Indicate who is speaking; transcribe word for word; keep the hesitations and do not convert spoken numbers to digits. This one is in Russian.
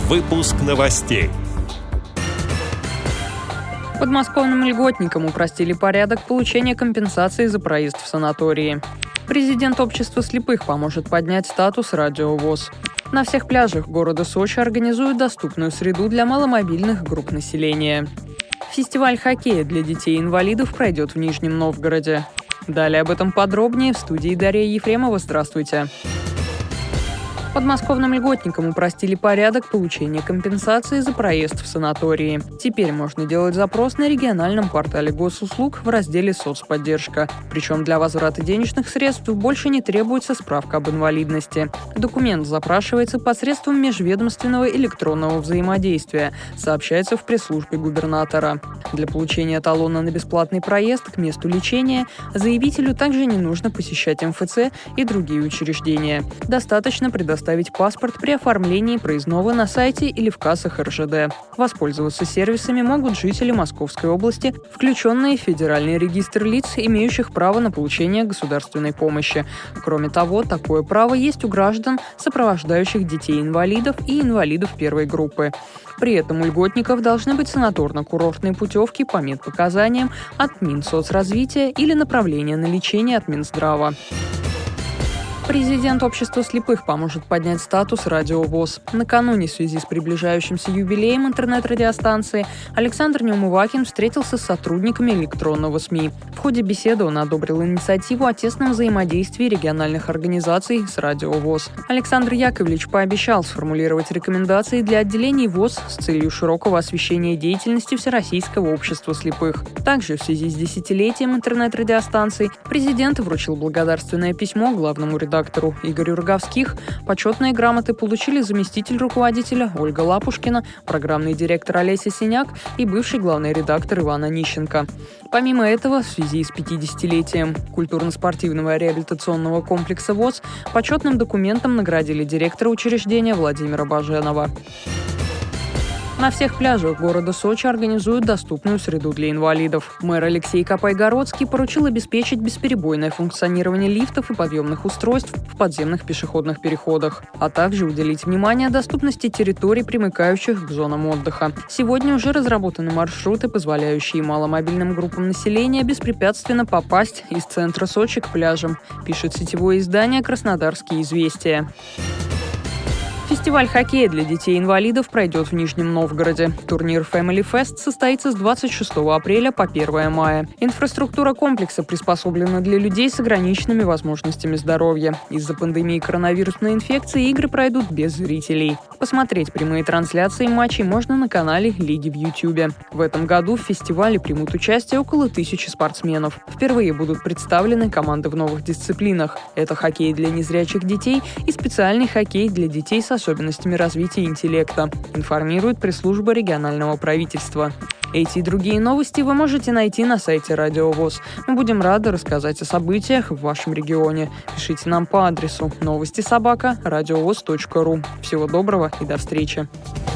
Speaker 1: Выпуск новостей.
Speaker 2: Подмосковным льготникам упростили порядок получения компенсации за проезд в санатории. Президент общества слепых поможет поднять статус Радио ВОС. На всех пляжах города Сочи организуют доступную среду для маломобильных групп населения. Фестиваль хоккея для детей-инвалидов пройдет в Нижнем Новгороде. Далее об этом подробнее в студии Дарья Ефремова. Здравствуйте. Подмосковным льготникам упростили порядок получения компенсации за проезд в санатории. Теперь можно делать запрос на региональном портале госуслуг в разделе «Соцподдержка». Причем для возврата денежных средств больше не требуется справка об инвалидности. Документ запрашивается посредством межведомственного электронного взаимодействия, сообщается в пресс-службе губернатора. Для получения талона на бесплатный проезд к месту лечения заявителю также не нужно посещать эм эф цэ и другие учреждения. Достаточно предоставить Оставить паспорт при оформлении проездного на сайте или в кассах эр жэ дэ. Воспользоваться сервисами могут жители Московской области, включенные в Федеральный регистр лиц, имеющих право на получение государственной помощи. Кроме того, такое право есть у граждан, сопровождающих детей-инвалидов и инвалидов первой группы. При этом у льготников должны быть санаторно-курортные путевки по медпоказаниям от Минсоцразвития или направления на лечение от Минздрава. Президент общества слепых поможет поднять статус Радио ВОС. Накануне в связи с приближающимся юбилеем интернет-радиостанции Александр Неумывакин встретился с сотрудниками электронного СМИ. В ходе беседы он одобрил инициативу о тесном взаимодействии региональных организаций с Радио ВОС. Александр Яковлевич пообещал сформулировать рекомендации для отделений ВОС с целью широкого освещения деятельности Всероссийского общества слепых. Также в связи с десятилетием интернет-радиостанций президент вручил благодарственное письмо главному редактору Доктору Игорю Роговских. Почетные грамоты получили заместитель руководителя Ольга Лапушкина, программный директор Олеся Синяк и бывший главный редактор Иван Онищенко. Помимо этого, в связи с пятидесятилетием культурно-спортивного реабилитационного комплекса ВОС почетным документом наградили директора учреждения Владимира Баженова. На всех пляжах города Сочи организуют доступную среду для инвалидов. Мэр Алексей Копайгородский поручил обеспечить бесперебойное функционирование лифтов и подъемных устройств в подземных пешеходных переходах, а также уделить внимание доступности территорий, примыкающих к зонам отдыха. Сегодня уже разработаны маршруты, позволяющие маломобильным группам населения беспрепятственно попасть из центра Сочи к пляжам, пишет сетевое издание «Краснодарские известия». Фестиваль хоккея для детей-инвалидов пройдет в Нижнем Новгороде. Турнир Family Fest состоится с двадцать шестого апреля по первое мая. Инфраструктура комплекса приспособлена для людей с ограниченными возможностями здоровья. Из-за пандемии коронавирусной инфекции игры пройдут без зрителей. Посмотреть прямые трансляции матчей можно на канале Лиги в Ютьюбе. В этом году в фестивале примут участие около тысячи спортсменов. Впервые будут представлены команды в новых дисциплинах. Это хоккей для незрячих детей и специальный хоккей для детей с особенностями развития интеллекта, информирует пресс-служба регионального правительства. Эти и другие новости вы можете найти на сайте Радио ВОС. Мы будем рады рассказать о событиях в вашем регионе. Пишите нам по адресу новости собака радиовос точка ру. Всего доброго и до встречи.